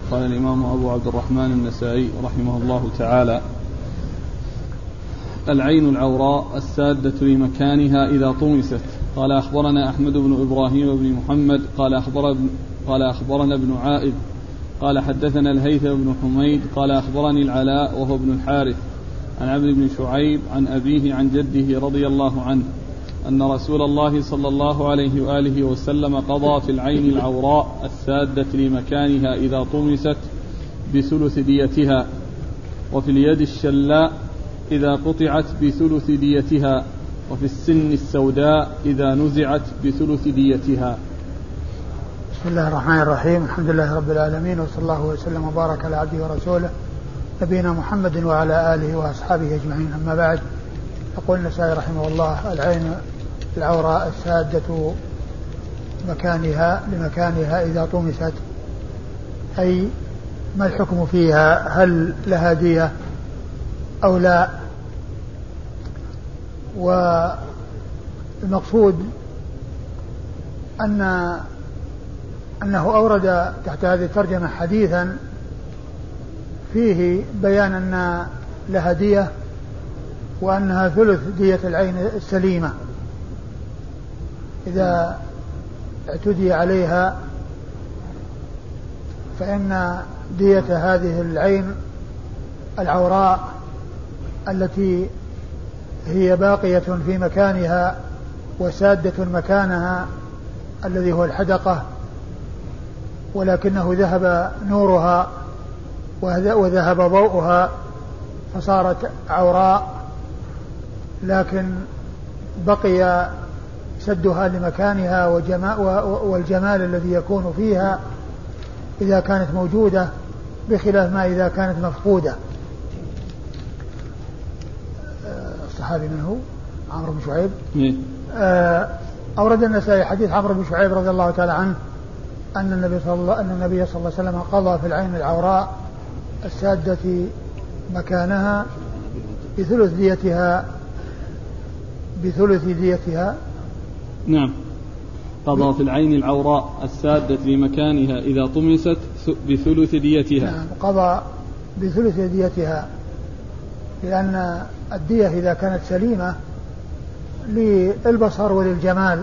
قال الإمام أبو عبد الرحمن النسائي رحمه الله تعالى: العين العوراء السادة لمكانها إذا طمست. قال أخبرنا أحمد بن إبراهيم بن محمد قال أخبرنا ابن عائذ قال حدثنا الهيثم بن حميد قال أخبرني العلاء وهو ابن الحارث عن عبد بن شعيب عن أبيه عن جده رضي الله عنه أن رسول الله صلى الله عليه وآله وسلم قضى في العين العوراء السادة لمكانها إذا طمست بثلث ديتها، وفي اليد الشلاء إذا قطعت بثلث ديتها، وفي السن السوداء إذا نزعت بثلث ديتها. بسم الله الرحمن الرحيم. الحمد لله رب العالمين، وصلى الله وسلم وبارك على عبده ورسوله نبينا محمد وعلى آله وأصحابه أجمعين. أما بعد، يقول النسائي رحمه الله: العين العوراء السادة لمكانها إذا طمست، أي ما الحكم فيها؟ هل لها دية أو لا؟ والمقصود أنه أورد تحت هذه الترجمة حديثا فيه بيان أن لها دية، وأنها ثلث دية العين السليمة إذا اعتدي عليها، فإن دية هذه العين العوراء التي هي باقية في مكانها وسادة مكانها الذي هو الحدقة، ولكنه ذهب نورها وذهب ضوءها فصارت عوراء، لكن بقي سدها لمكانها والجمال الذي يكون فيها إذا كانت موجودة، بخلاف ما إذا كانت مفقودة. الصحابي من هو؟ عمرو بن شعيب. أورد النسائي حديث عمرو بن شعيب رضي الله تعالى عنه أن النبي صلى الله عليه وسلم قضى في العين العوراء السادة مكانها بثلث ديتها. نعم، قضى في العين العوراء السادة لمكانها إذا طمست بثلث ديتها. نعم، قضى بثلث ديتها، لأن الدية إذا كانت سليمة للبصر وللجمال،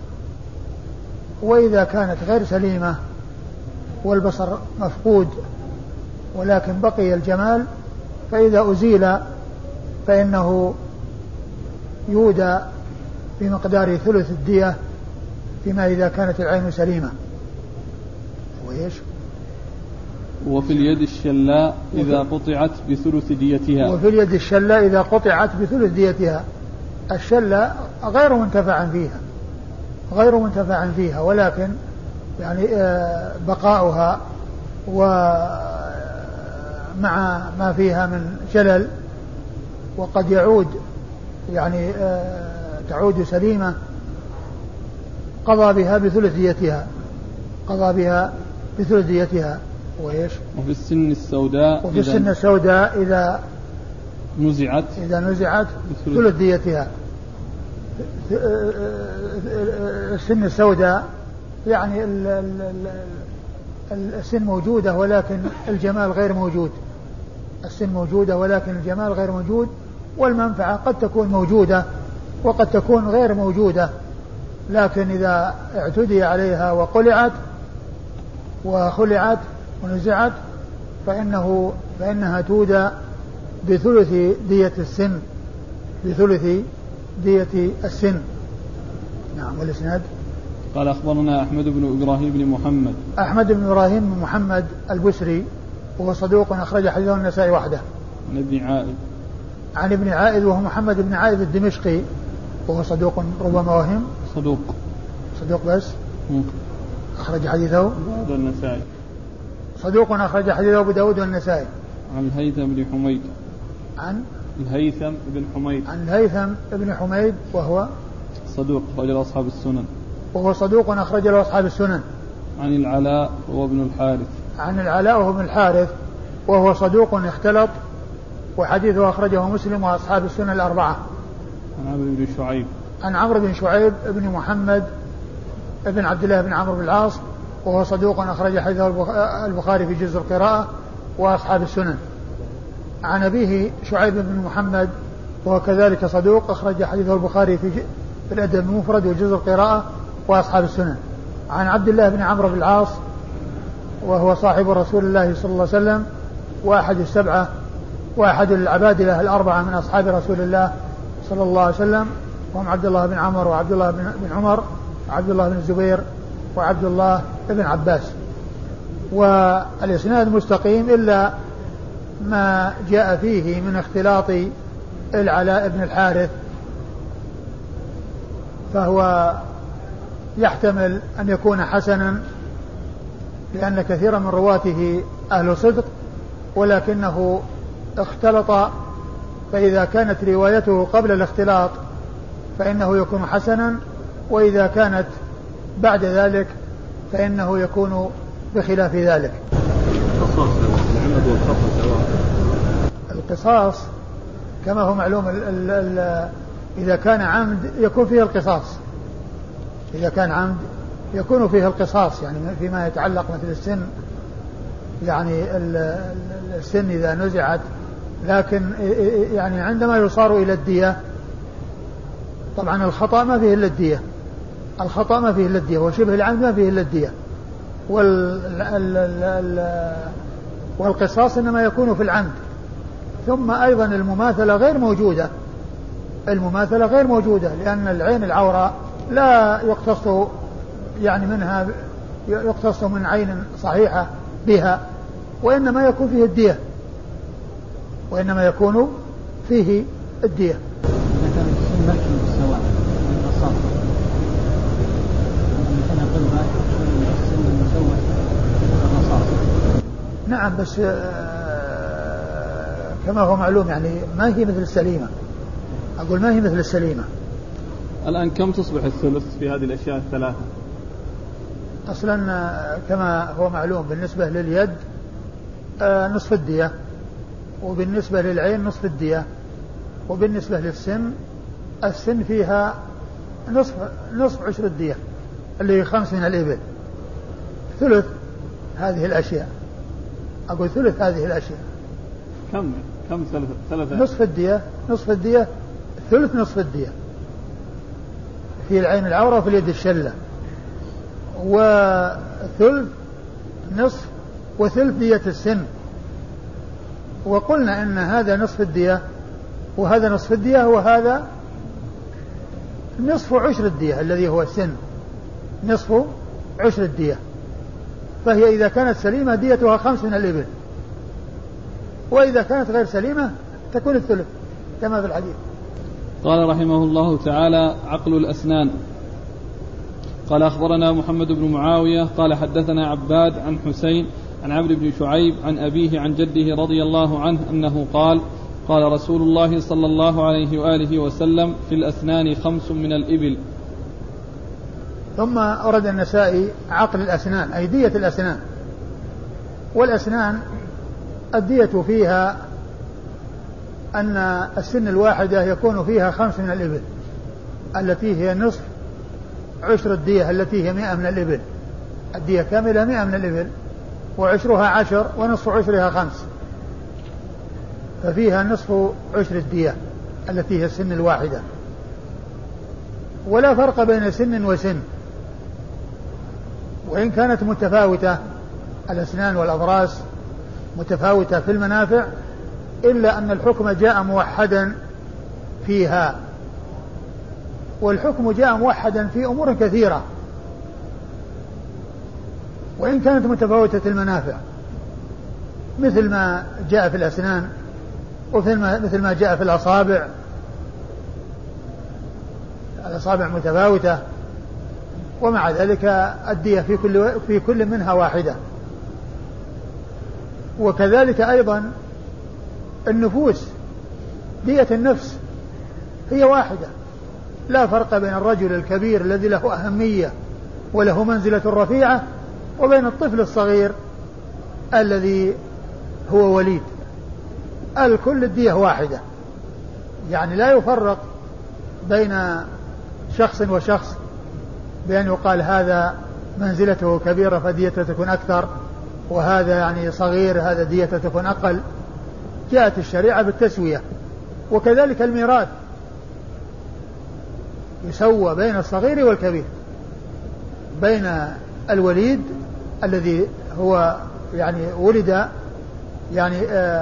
وإذا كانت غير سليمة والبصر مفقود ولكن بقي الجمال، فإذا أزيل فإنه يودى بمقدار ثلث الدية فيما إذا كانت العين سليمة. وإيش؟ وفي اليد الشلاء إذا قطعت بثلث ديتها. وفي اليد الشلاء إذا قطعت بثلث ديتها. الشلاء غير منتفع فيها، ولكن يعني بقاؤها ومع ما فيها من شلل، وقد يعود يعني تعود سليمة، قضى بها بثلث ديتها. وإيش؟ وفي السن السوداء إذا نزعت ثلث ديتها. السن السوداء يعني السن موجودة ولكن الجمال غير موجود. السن موجودة ولكن الجمال غير موجود، والمنفعة قد تكون موجودة وقد تكون غير موجودة، لكن إذا اعتدي عليها وخلعت ونزعت فإنها تودى بثلث دية السن. نعم. والإسناد قال أخبرنا أحمد بن إبراهيم بن محمد البسري، وهو صدوق أخرج حديثه النسائي وحده. عن ابن عائذ وهو محمد بن عائذ الدمشقي، وهو صدوق ربما وهم. صدوق بس. أخرج حديثه النسائي. صدوق أخرج حديثه أبو داود والنسائي. عن الهيثم بن حميد وهو صدوق أخرج له أصحاب السنن. عن العلاء وهو ابن الحارث. وهو صدوق اختلط، وحديثه أخرجه مسلم وأصحاب السنن الأربعة. عن عمرو بن شعيب بن محمد بن عبد الله بن عمرو بن العاص، وهو صدوق أخرج حديثه البخاري في جزء القراءة وأصحاب السنن. عن أبيه شعيب بن محمد وهو كذلك صدوق أخرج حديثه البخاري في الأدب المفرد وجزء القراءة وأصحاب السنن. عن عبد الله بن عمرو بن العاص وهو صاحب رسول الله صلى الله عليه وسلم وأحد السبعة وأحد العبادلة الأربعة من أصحاب رسول الله صلى الله عليه وسلم، وهم عبد الله بن عمر وعبد الله بن عمر وعبد الله بن الزبير وعبد الله بن عباس. والإسناد مستقيم إلا ما جاء فيه من اختلاط العلاء بن الحارث، فهو يحتمل أن يكون حسنا لأن كثيرا من رواته أهل صدق، ولكنه اختلط، فإذا كانت روايته قبل الاختلاط فإنه يكون حسنا، وإذا كانت بعد ذلك فإنه يكون بخلاف ذلك. القصاص كما هو معلوم إذا كان عمد يكون فيه القصاص، إذا كان عمد يكون فيه القصاص، يعني فيما يتعلق مثل السن، يعني السن إذا نزعت، لكن يعني عندما يصار إلى الدية طبعا الخطأ ما فيه إلا الدية، الخطأ ما فيه إلا الدية، وشبه العمد ما فيه إلا الدية، والقصاص إنما يكون في العمد. ثم أيضا المماثلة غير موجودة، المماثلة غير موجودة، لأن العين العوراء لا يقتص يعني منها يقتص من عين صحيحة بها، وإنما يكون فيه الدية، وإنما يكون فيه الدية. نعم، بس كما هو معلوم يعني ما هي مثل السليمة، أقول ما هي مثل السليمة. الآن كم تصبح الثلث في هذه الأشياء الثلاثة؟ أصلا كما هو معلوم بالنسبة لليد نصف الدية، وبالنسبة للعين نصف الدية، وبالنسبة للسن السن فيها نصف عشر الدية اللي هي 5 من الإبل، ثلث هذه الأشياء، أقول ثلث هذه الأشياء. كم ثلاثة؟ نصف الدية ثلث نصف الدية في العين العورة وفي اليد الشلة، وثلث نصف وثلث دية السن. وقلنا إن هذا نصف الدية وهذا نصف الدية وهذا نصف عشر الدية الذي هو السن، نصف عشر الدية، فهي إذا كانت سليمة ديتها 5 من الإبل، وإذا كانت غير سليمة تكون الثلث كما في الحديث. قال رحمه الله تعالى: عقل الأسنان. قال أخبرنا محمد بن معاوية قال حدثنا عباد عن حسين عن عمرو بن شعيب عن أبيه عن جده رضي الله عنه أنه قال: قال رسول الله صلى الله عليه وآله وسلم: في الأسنان 5 من الإبل. ثم أورد النسائي عقل الأسنان أي دية الأسنان. والأسنان الدية فيها أن السن الواحدة يكون فيها 5 من الإبل التي هي نصف عشر الدية التي هي 100 من الإبل، الدية كاملة 100 من الإبل وعشرها 10 ونصف عشرها 5، ففيها نصف عشر الدية التي هي السن الواحدة. ولا فرق بين سن وسن، وإن كانت متفاوتة الأسنان والأضراس متفاوتة في المنافع، إلا أن الحكم جاء موحدا فيها، والحكم جاء موحدا في أمور كثيرة وإن كانت متفاوتة المنافع، مثل ما جاء في الأسنان مثل ما جاء في الأصابع، الأصابع متفاوتة، ومع ذلك الدية في كل منها واحدة. وكذلك أيضا النفوس، دية النفس هي واحدة، لا فرق بين الرجل الكبير الذي له أهمية وله منزلة رفيعة وبين الطفل الصغير الذي هو وليد، الكل الدية واحدة، يعني لا يفرق بين شخص وشخص بأن يقال هذا منزلته كبيرة فديته تكون أكثر، وهذا يعني صغير هذا ديته تكون أقل، جاءت الشريعة بالتسوية. وكذلك الميراث يسوى بين الصغير والكبير، بين الوليد الذي هو يعني ولد يعني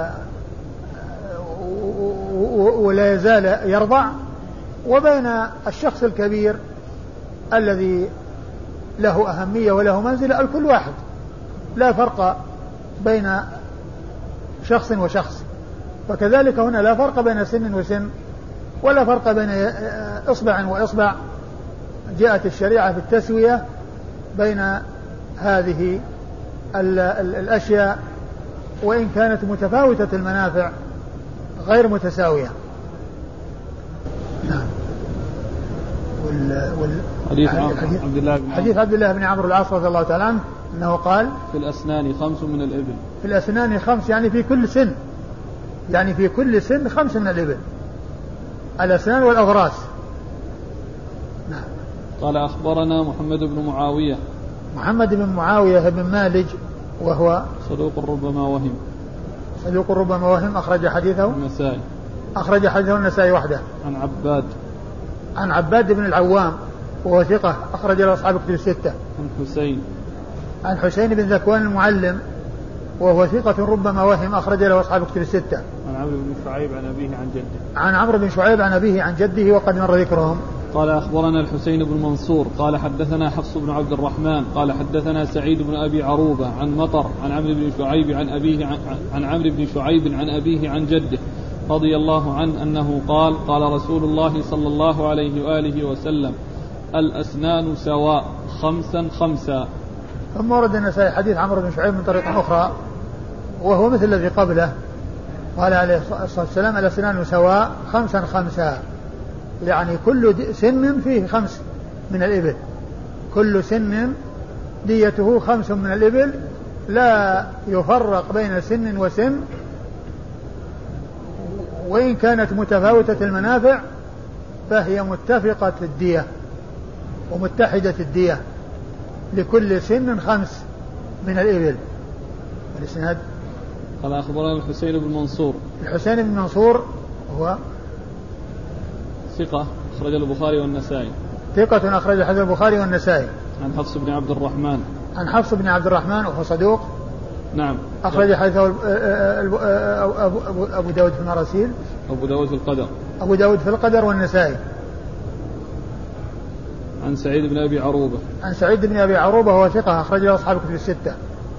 ولا يزال يرضع، وبين الشخص الكبير الذي له أهمية وله منزلة، الكل واحد، لا فرق بين شخص وشخص. فكذلك هنا لا فرق بين سن وسن، ولا فرق بين إصبع وإصبع، جاءت الشريعة بالتسوية بين هذه الأشياء، وإن كانت متفاوتة المنافع غير متساوية. نعم. حديث عبد الله بن عمرو العاص رضي الله تعالى عنه أنه قال: في الأسنان 5 من الإبل. في الأسنان 5 يعني في كل سن، يعني في كل سن 5 من الإبل، الأسنان والأضراس. نعم. قال: أخبرنا محمد بن معاوية. محمد بن معاوية بن مالج وهو صدوق ربما وهم. صدوق ربما وهم. أخرج حديثه النسائي. أخرج حديثه النسائي وحده. عن عباد بن العوام وهو ثقة، أخرج له أصحاب كتب الستة. عن حسين بن ذكوان المعلم وهو ثقة ربما وهم، أخرج له أصحاب كتب الستة. عن عمرو بن شعيب عن أبيه عن جده. عن عمرو بن شعيب عن أبيه عن جده وقد مر ذكرهم. قال: أخبرنا الحسين بن منصور قال حدثنا حفص بن عبد الرحمن قال حدثنا سعيد بن أبي عروبة عن مطر عن عمرو بن شعيب عن أبيه عن عمرو بن شعيب عن أبيه عن جده رضي الله عنه أنه قال: قال رسول الله صلى الله عليه وآله وسلم: الأسنان سواء 5 5. ثم ورد النسائي حديث عمرو بن شعيب من طريق أخرى وهو مثل الذي قبله، قال عليه الصلاة والسلام: الأسنان سواء 5 5، يعني كل سن فيه 5 من الإبل، كل سن ديته 5 من الإبل، لا يفرق بين سن وسن، وإن كانت متفاوتة المنافع فهي متفقة الدية ومتحدة الدية، لكل سن 5 من الإبل. الإسناد. قال: أخبرنا الحسين بن منصور. الحسين بن منصور هو ثقة، أخرج البخاري والنسائي. ثقة، أخرج حديث البخاري والنسائي. عن حفص بن عبد الرحمن. عن حفص بن عبد الرحمن وهو صدوق. نعم. أخرج حديثه أبو داود في المراسيل. أبو داود في القدر. أبو داود في القدر والنسائي. عن سعيد بن أبي عروبة. عن سعيد بن أبي عروبة وهو ثقة، أخرج له أصحاب كتب الستة.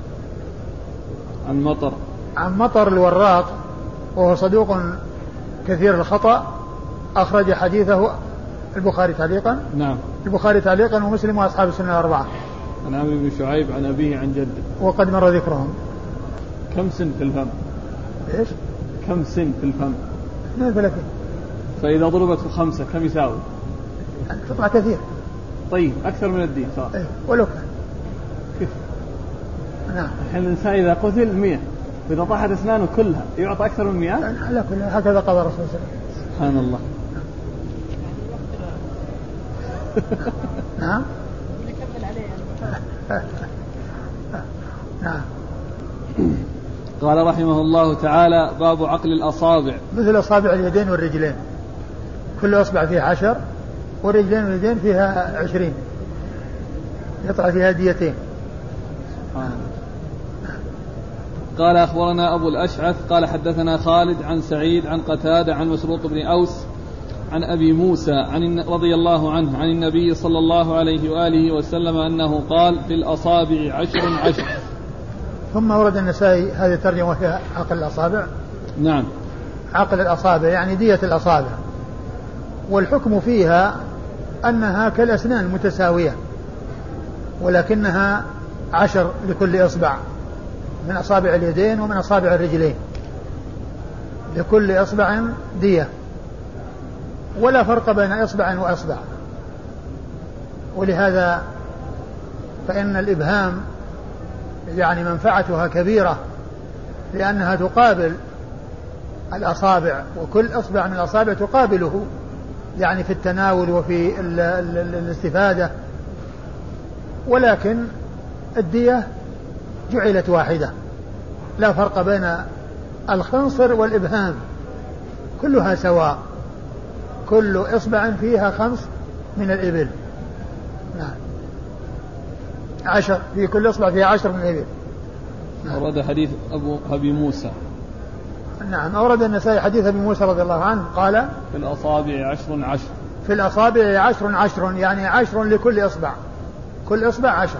عن مطر. عن مطر الوراق وهو صدوق كثير الخطأ، أخرج حديثه البخاري تعليقا. نعم. البخاري تعليقا ومسلم وأصحاب السنة الأربعة. عن عمرو بن شعيب عن أبيه عن جده وقد مر ذكرهم. كم سن في الفم؟ إيش؟ كم سن في الفم؟ 32. فإذا ضربت في 5 كم يساوي؟ تطلع كثير. طيب أكثر من الدين صار. إيه ولو كان. كيف؟ نعم. الحين الإنسان إذا قتل 100 وإذا طاحت أسنانه كلها يعطى أكثر من 100؟ على كل هكذا قضى الرسول صلى الله عليه وسلم. سبحان الله. نعم. نعم. قال رحمه الله تعالى: باب عقل الأصابع. مثل أصابع اليدين والرجلين، كل أصبع فيها 10 والرجلين فيها 20، يطلع فيها ديتين. قال: أخبرنا أبو الأشعث قال حدثنا خالد عن سعيد عن قتادة عن مسروق بن أوس عن أبي موسى رضي الله عنه عن النبي صلى الله عليه وآله وسلم أنه قال: في الأصابع 10. ثم ورد النسائي هذه الترجمة فيها عقل الأصابع. نعم. عقل الأصابع يعني دية الأصابع، والحكم فيها أنها كالأسنان متساوية، ولكنها 10 لكل إصبع من أصابع اليدين ومن أصابع الرجلين، لكل إصبع دية، ولا فرق بين إصبع وإصبع. ولهذا فإن الإبهام يعني منفعتها كبيرة، لأنها تقابل الأصابع، وكل إصبع من الأصابع تقابله يعني في التناول وفي الاستفادة. ولكن الدية جعلت واحدة، لا فرق بين الخنصر والإبهام، كلها سواء، كل إصبع فيها 5 من الإبل. نعم 10 في كل إصبع فيها 10 من الإبل. أورد حديث أبي موسى. نعم أورد النسائي حديث أبي موسى رضي الله عنه قال في الأصابع 10 في الأصابع 10 يعني 10 لكل إصبع، كل إصبع 10.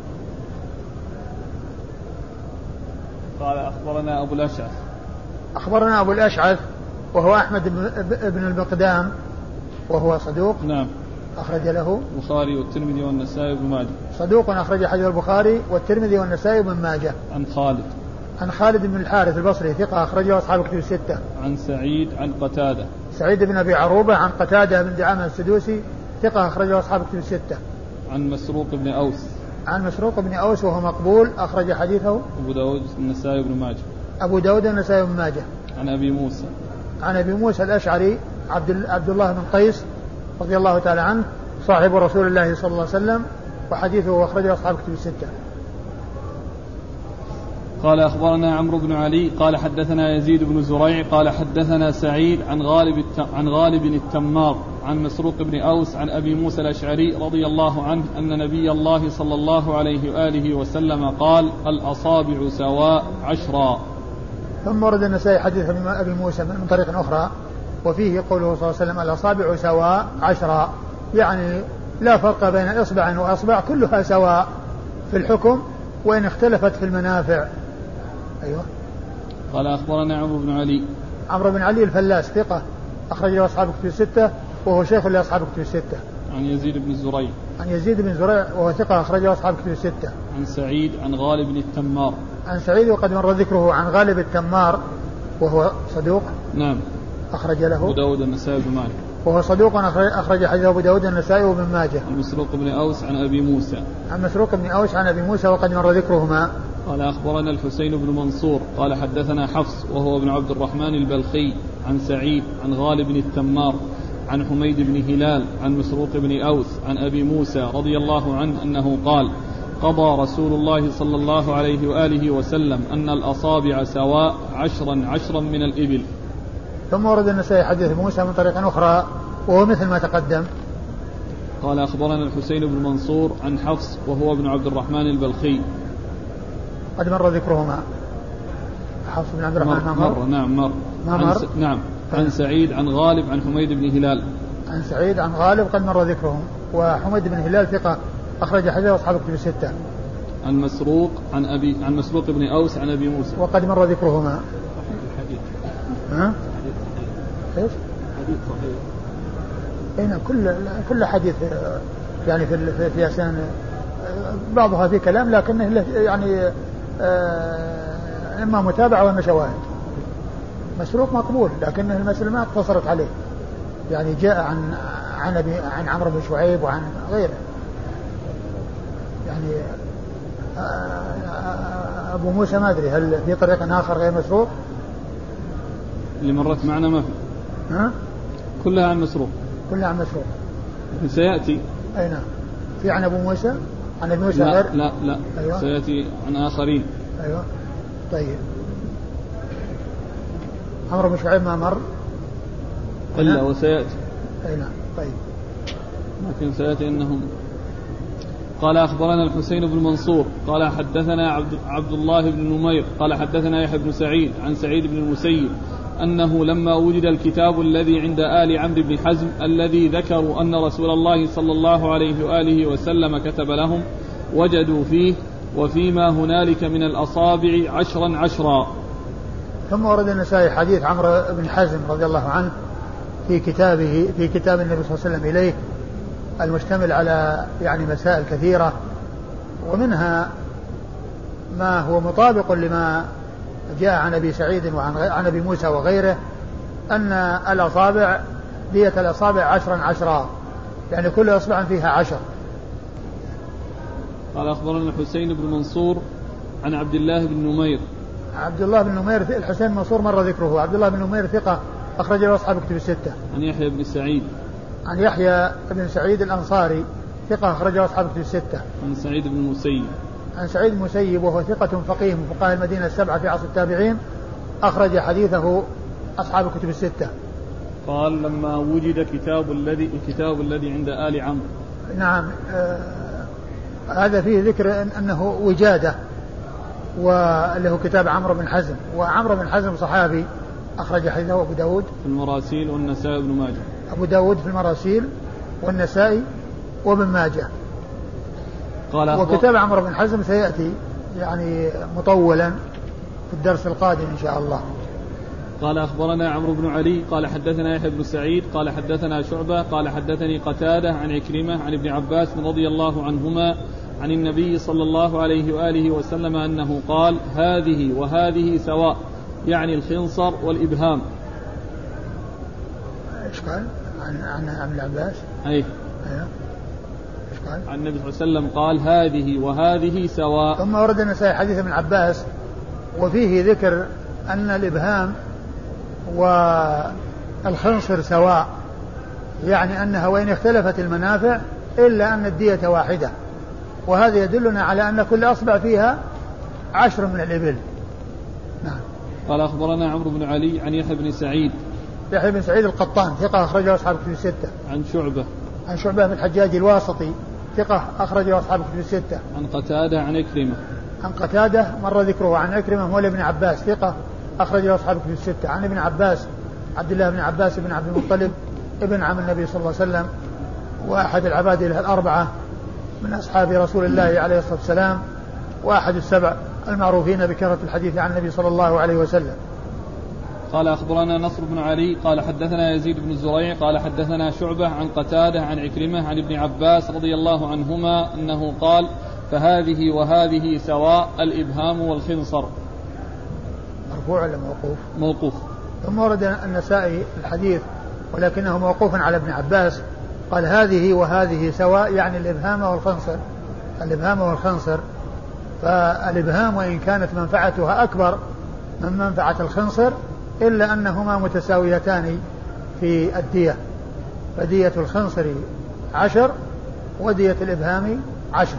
قال أخبرنا أبو الأشعث. أخبرنا أبو الأشعث وهو أحمد بن المقدام وهو صدوق. نعم أخرج له البخاري والترمذي والنسائي وابن ماجه. صدوق أخرج حديث البخاري والترمذي والنسائي وابن ماجه. عن خالد بن الحارث البصري ثقة أخرجه أصحاب الكتب الستة. عن سعيد عن قتادة. سعيد بن أبي عروبة عن قتادة بن دعامة السدوسي ثقة أخرجه أصحاب الكتب الستة. عن مسروق بن أوس. عن مسروق بن أوس وهو مقبول أخرج حديثه أبو داود النسائي وابن ماجه. أبو داود النسائي وابن ماجه. عن أبي موسى. عن أبي موسى الأشعري عبد الله بن قيس رضي الله تعالى عنه صاحب رسول الله صلى الله عليه وسلم، وحديثه أخرجه أصحاب الكتب الستة. قال أخبرنا عمرو بن علي قال حدثنا يزيد بن زريع قال حدثنا سعيد عن غالب التمار عن مسروق بن أوس عن أبي موسى الأشعري رضي الله عنه أن نبي الله صلى الله عليه وآله وسلم قال الأصابع سواء 10. ثم ورد النسائي حديث أبي موسى من طريق أخرى وفيه قوله صلى الله عليه وسلم الأصابع سواء 10، يعني لا فرق بين إصبع وأصبع، كلها سواء في الحكم وإن اختلفت في المنافع. أيوة. قال أخبرنا عمرو بن علي الفلاس ثقة أخرج له أصحاب الكتب الستة وهو شيخ لأصحاب الكتب الستة. عن يزيد بن زريع وهو ثقة أخرج له أصحاب الكتب الستة. عن سعيد عن غالب التمار. عن سعيد وقد مر ذكره. عن غالب التمار وهو صدوق. نعم أخرج له أبو داود النسائي وابن ماجه. وهو صدوق أخرج حديث أبو داود النسائي وابن ماجه. عن مسروق بن أوس عن أبي موسى. عن مسروق بن أوس عن أبي موسى وقد مر ذكرهما. قال أخبرنا الحسين بن منصور قال حدثنا حفص وهو ابن عبد الرحمن البلخي عن سعيد عن غالب التمار عن حميد بن هلال عن مسروق بن أوس عن أبي موسى رضي الله عنه أنه قال قضى رسول الله صلى الله عليه وآله وسلم أن الأصابع سواء 10 من الإبل. ثم ورد النسائي حديث موسى من طريق أخرى وهو مثل ما تقدم. قال أخبرنا الحسين بن منصور عن حفص وهو ابن عبد الرحمن البلخي قد مر ذكرهما. حفص بن عبد الرحمن مر. نعم عن سعيد عن غالب عن حميد بن هلال. عن سعيد عن غالب قد مر ذكرهم، وحميد بن هلال ثقة أخرج حديثه أصحاب الكتب الستة. عن مسروق بن أوس عن أبي موسى وقد مر ذكرهما. ها؟ ايش؟ حديث صحيح. هنا كل حديث يعني في أسان بعضها في كلام لكنه يعني إما متابعة وإما شواهد. مسروق مقبول لكنه المسألة ما اقتصرت عليه، يعني جاء عن عمرو بن شعيب وعن غيره، يعني أبو موسى ما أدري هل في طريق آخر غير مسروق اللي مرت معنا ما في. ها؟ كلها عن مسروق. سيأتي. أي نعم. في عن أبو موسى عن أبي موسى غير. لا أيوة. سيأتي عن آخرين. أيوة. طيب عمرو بن شعيب ما مر إلا وسيأتي. أي نعم. طيب لكن سيأتي إنهم. قال أخبرنا الحسين بن منصور قال حدثنا عبد الله بن نمير قال حدثنا يحيى بن سعيد عن سعيد بن المسيب أنه لما وجد الكتاب الذي عند آل عمرو بن حزم الذي ذكروا أن رسول الله صلى الله عليه وآله وسلم كتب لهم وجدوا فيه وفيما هنالك من الأصابع 10. ثم ورد النسائي حديث عمرو بن حزم رضي الله عنه في كتاب النبي صلى الله عليه وسلم إليه المشتمل على يعني مسائل كثيرة، ومنها ما هو مطابق لما جاء عن أبي سعيد وعن أبي موسى وغيره أن الأصابع دية الأصابع 10 يعني كل أصبع فيها 10. قال أخبرنا الحسين بن منصور عن عبد الله بن نمير. عبد الله بن نمير الحسين منصور مر ذكره. عبد الله بن نمير ثقة أخرج له أصحاب الكتب الستة. عن يحيى بن سعيد. عن يحيى بن سعيد الأنصاري ثقة أخرجه أصحاب كتب الستة. عن سعيد بن المسيب. عن سعيد المسيب وهو ثقة فقيه من فقهاء المدينة السبعة في عصر التابعين، أخرج حديثه أصحاب الكتب الستة. قال لما وجد الكتاب الذي عند آل عمرو. نعم. هذا فيه ذكر أنه وجادة، وله كتاب عمرو بن حزم، وعمرو بن حزم صحابي، أخرج حديثه أبو داود في المراسيل والنسائي وابن ماجه. أبو داود في المراسيل والنسائي وابن ماجه. وكتاب عمرو بن حزم سيأتي يعني مطولا في الدرس القادم إن شاء الله. قال أخبرنا عمرو بن علي قال حدثنا يحيى بن سعيد قال حدثنا شعبة قال حدثني قتادة عن عكرمة عن ابن عباس رضي الله عنهما عن النبي صلى الله عليه وآله وسلم أنه قال هذه وهذه سواء، يعني الخنصر والإبهام. إيش قال عن ابن عباس؟ أيه. إيش قال؟ عن النبي صلى الله عليه وسلم قال هذه وهذه سواء. ثم ورد النسائي حديث ابن عباس وفيه ذكر أن الإبهام والخنصر سواء، يعني أنها وإن اختلفت المنافع إلا أن الدية واحدة، وهذا يدلنا على أن كل أصبع فيها 10 من الإبل. نعم. قال أخبرنا عمرو بن علي عن يحيى بن سعيد. يحيى بن سعيد القطان ثقة أخرجه أصحاب الكتب الستة. عن شعبة بن الحجاج الواسطي ثقة أخرجه أصحاب الكتب الستة. عن قتادة عن عكرمة. عن قتادة مر ذكره. عن عكرمة مولى ابن عباس ثقة أخرجه أصحاب الكتب الستة. عن ابن عباس عبد الله بن عباس بن عبد المطلب ابن عم النبي صلى الله عليه وسلم، وأحد العبادلة الأربعة من أصحاب رسول الله عليه الصلاة والسلام، وأحد السبع المعروفين بكثرة الحديث عن النبي صلى الله عليه وسلم. قال أخبرنا نصر بن علي قال حدثنا يزيد بن زريع قال حدثنا شعبة عن قتادة عن عكرمة عن ابن عباس رضي الله عنهما أنه قال فهذه وهذه سواء، الإبهام والخنصر. مرفوع ولا موقوف؟ موقوف. ثم ورد النسائي الحديث ولكنه موقوف على ابن عباس، قال هذه وهذه سواء، يعني الإبهام والخنصر. فالإبهام وإن كانت منفعتها أكبر من منفعة الخنصر إلا أنهما متساويتان في الدية، فدية الخنصر 10 ودية الإبهام 10.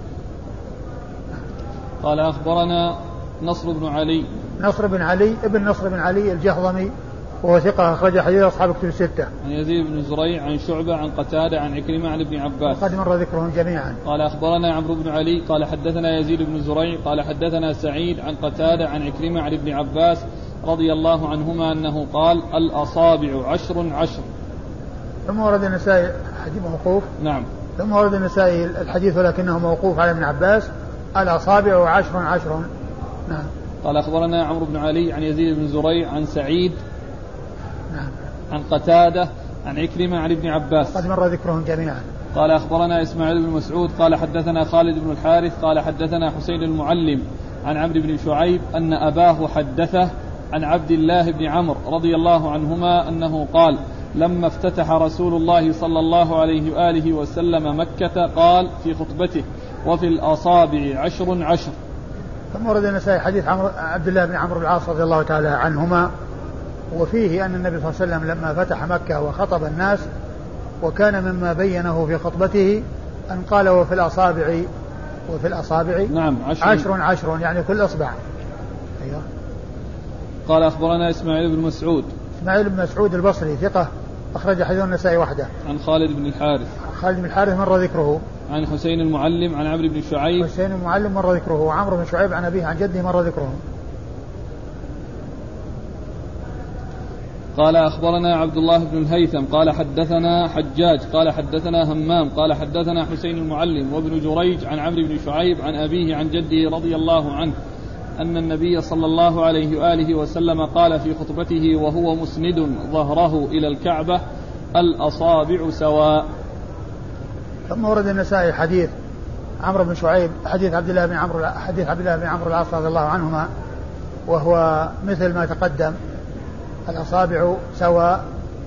قال أخبرنا نصر بن علي ابن نصر بن علي الجهضمي وهو ثقة أخرج حديث أصحاب الكتب الستة. عن يزيد بن زريع عن شعبة عن قتادة عن عكرمة عن ابن عباس وقد مر ذكرهم جميعا. قال أخبرنا عمرو بن علي قال حدثنا يزيد بن زريع قال حدثنا سعيد عن قتادة عن عكرمة عن ابن عباس رضي الله عنهما أنه قال الأصابع 10. ثم ورد النسائي حديث موقوف. نعم. ثم ورد النسائي الحديث ولكنه موقوف على ابن عباس، الأصابع 10. نعم. قال أخبرنا عمرو بن علي عن يزيد بن زريع عن سعيد نعم. عن قتادة عن عكرمة عن ابن عباس قد مر ذكرهم جميعا. قال أخبرنا إسماعيل بن مسعود قال حدثنا خالد بن الحارث قال حدثنا حسين المعلم عن عمرو بن شعيب أن أباه حدثه عن عبد الله بن عمرو رضي الله عنهما أنه قال لما افتتح رسول الله صلى الله عليه وآله وسلم مكة قال في خطبته وفي الأصابع 10. ثم ورد النسائي حديث عبد الله بن عمرو بن العاص رضي الله تعالى عنهما، وفيه أن النبي صلى الله عليه وسلم لما فتح مكة وخطب الناس وكان مما بينه في خطبته أن قال وفي الأصابع نعم 10 يعني كل أصبع. أيوه. قال أخبرنا إسماعيل بن مسعود البصري ثقة أخرج حديث النسائي وحده. عن خالد بن الحارث مر ذكره. عن حسين المعلم عن عمرو بن شعيب. حسين المعلم مر ذكره. وعمرو بن شعيب عن أبيه عن جده مر ذكره. قال أخبرنا عبد الله بن الهيثم قال حدثنا حجاج قال حدثنا همام قال حدثنا حسين المعلم وابن جريج عن عمرو بن شعيب عن أبيه عن جده رضي الله عنه أن النبي صلى الله عليه وآله وسلم قال في خطبته وهو مسند ظهره إلى الكعبة الأصابع سواء. ثم ورد النسائي حديث عمرو بن شعيب حديث عبد الله بن عمرو العاص رضي الله عنهما، وهو مثل ما تقدم، الأصابع سواء.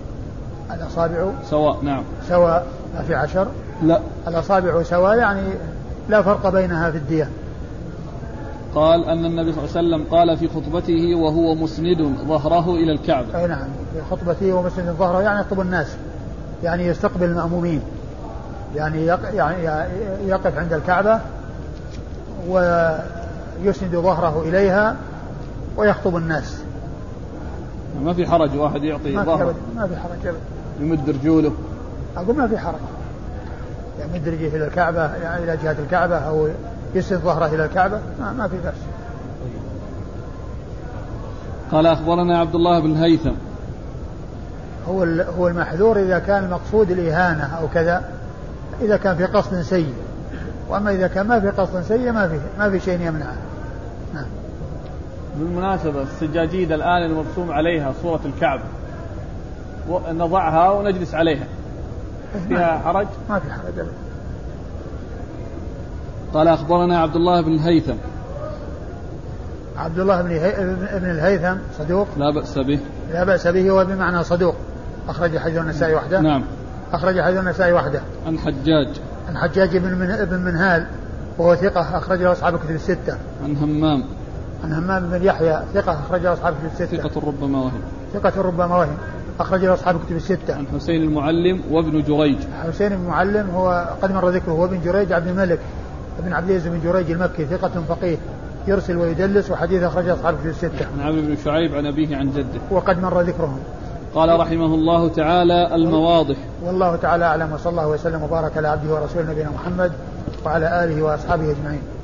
نعم سواء ما في 10. لا، الأصابع سواء يعني لا فرق بينها في الدية. قال أن النبي صلى الله عليه وسلم قال في خطبته وهو مسند ظهره إلى الكعبة. أي نعم، في خطبته ومسند ظهره يعني يخطب الناس، يعني يستقبل المأمومين. يعني يقف عند الكعبة ويسند ظهره إليها ويخطب الناس. ما في حرج واحد يعطي ظهره؟ ما في حرج أبدا. يمد رجوله؟ أقول ما في حرج، يمد رجله إلى الكعبة، يعني إلى جهة الكعبة، أو يسند ظهره إلى الكعبة، ما في بأس. قال أخبرنا عبد الله بن الهيثم. هو المحذور إذا كان المقصود الإهانة أو كذا، إذا كان في قصد سيء، وأما إذا كان ما في قصد سيء ما في شيء يمنعه. نعم. بالمناسبة السجاجيد الآن المرسوم عليها صورة الكعبة نضعها ونجلس عليها، فيها حرج؟ ما في حرج أبدا. قال أخبرنا عبد الله بن الهيثم. عبد الله بن الهيثم صدوق لا بأس به. لا بأس به، هو بمعنى صدوق، أخرج حديث النسائي وحده. نعم. أخرج حديث النسائي وحده. عن حجاج. عن حجاج بن منهال وهو ثقة، أخرج له أصحاب الكتب الستة. عن همام. عن همام بن يحيى ثقة، أخرج له أصحاب الكتب الستة. ثقة ربما وهم. ثقة ربما وهم، أخرج له أصحاب الكتب الستة. عن حسين المعلم وابن جريج. حسين المعلم هو قد مر ذكره، هو ابن جريج عبد الملك بن عبد العزيز بن جريج المكي، ثقة فقيه يرسل ويدلس، وحديث أخرجه أصحاب الكتب الستة. عن عمرو بن شعيب عن أبيه عن جده وقد مر ذكرهم. قال رحمه الله تعالى: المواضح. والله تعالى أعلم، وصلى الله وسلم وبارك على عبده ورسوله نبينا محمد وعلى آله وأصحابه أجمعين.